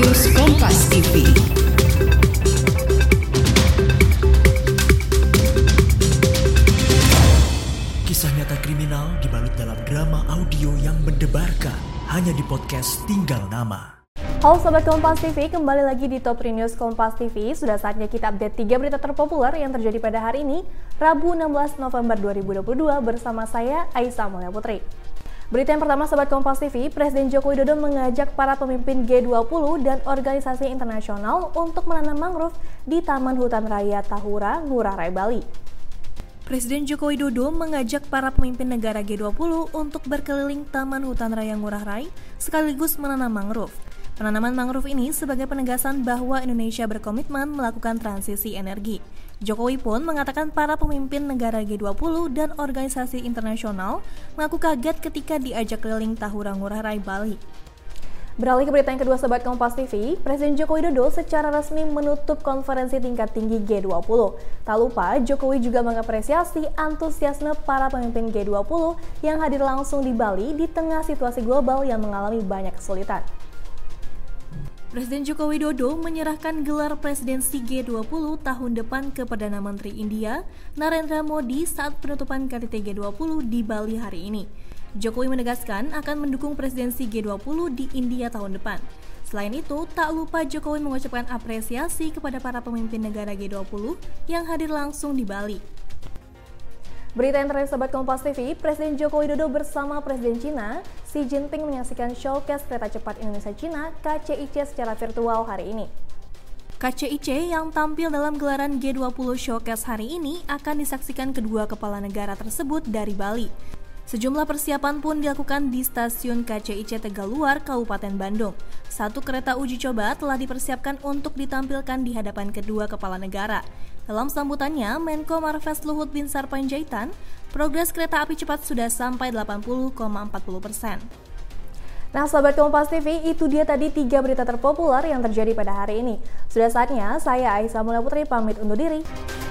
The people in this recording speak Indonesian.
News Kompas TV. Kisah nyata kriminal dibalut dalam drama audio yang mendebarkan hanya di podcast Tinggal Nama. Halo Sobat Kompas TV, kembali lagi di Top 3 News Kompas TV. Sudah saatnya kita update 3 berita terpopuler yang terjadi pada hari ini, Rabu 16 November 2022 bersama saya, Aisyah Mulia Putri. Berita yang pertama Sobat Kompas TV, Presiden Joko Widodo mengajak para pemimpin G20 dan organisasi internasional untuk menanam mangrove di Taman Hutan Raya Tahura, Ngurah Rai, Bali. Presiden Joko Widodo mengajak para pemimpin negara G20 untuk berkeliling Taman Hutan Raya Ngurah Rai sekaligus menanam mangrove. Penanaman mangrove ini sebagai penegasan bahwa Indonesia berkomitmen melakukan transisi energi. Jokowi pun mengatakan para pemimpin negara G20 dan organisasi internasional mengaku kaget ketika diajak keliling Tahura Ngurah Rai, Bali. Beralih ke berita yang kedua Sobat Kompas TV, Presiden Joko Widodo secara resmi menutup konferensi tingkat tinggi G20. Tak lupa, Jokowi juga mengapresiasi antusiasme para pemimpin G20 yang hadir langsung di Bali di tengah situasi global yang mengalami banyak kesulitan. Presiden Joko Widodo menyerahkan gelar presidensi G20 tahun depan ke Perdana Menteri India, Narendra Modi saat penutupan KTT G20 di Bali hari ini. Jokowi menegaskan akan mendukung presidensi G20 di India tahun depan. Selain itu, tak lupa Jokowi mengucapkan apresiasi kepada para pemimpin negara G20 yang hadir langsung di Bali. Berita yang terakhir Sobat Kompas TV, Presiden Joko Widodo bersama Presiden Cina, Xi Jinping menyaksikan showcase kereta cepat Indonesia-Cina KCIC secara virtual hari ini. KCIC yang tampil dalam gelaran G20 Showcase hari ini akan disaksikan kedua kepala negara tersebut dari Bali. Sejumlah persiapan pun dilakukan di stasiun KCIC Tegaluar, Kabupaten Bandung. Satu kereta uji coba telah dipersiapkan untuk ditampilkan di hadapan kedua kepala negara. Dalam sambutannya, Menko Marves Luhut Binsar Panjaitan, progres kereta api cepat sudah sampai 80,40%. Nah Sobat Kompas TV, itu dia tadi 3 berita terpopuler yang terjadi pada hari ini. Sudah saatnya saya Aisyah Mulia Putri pamit undur diri.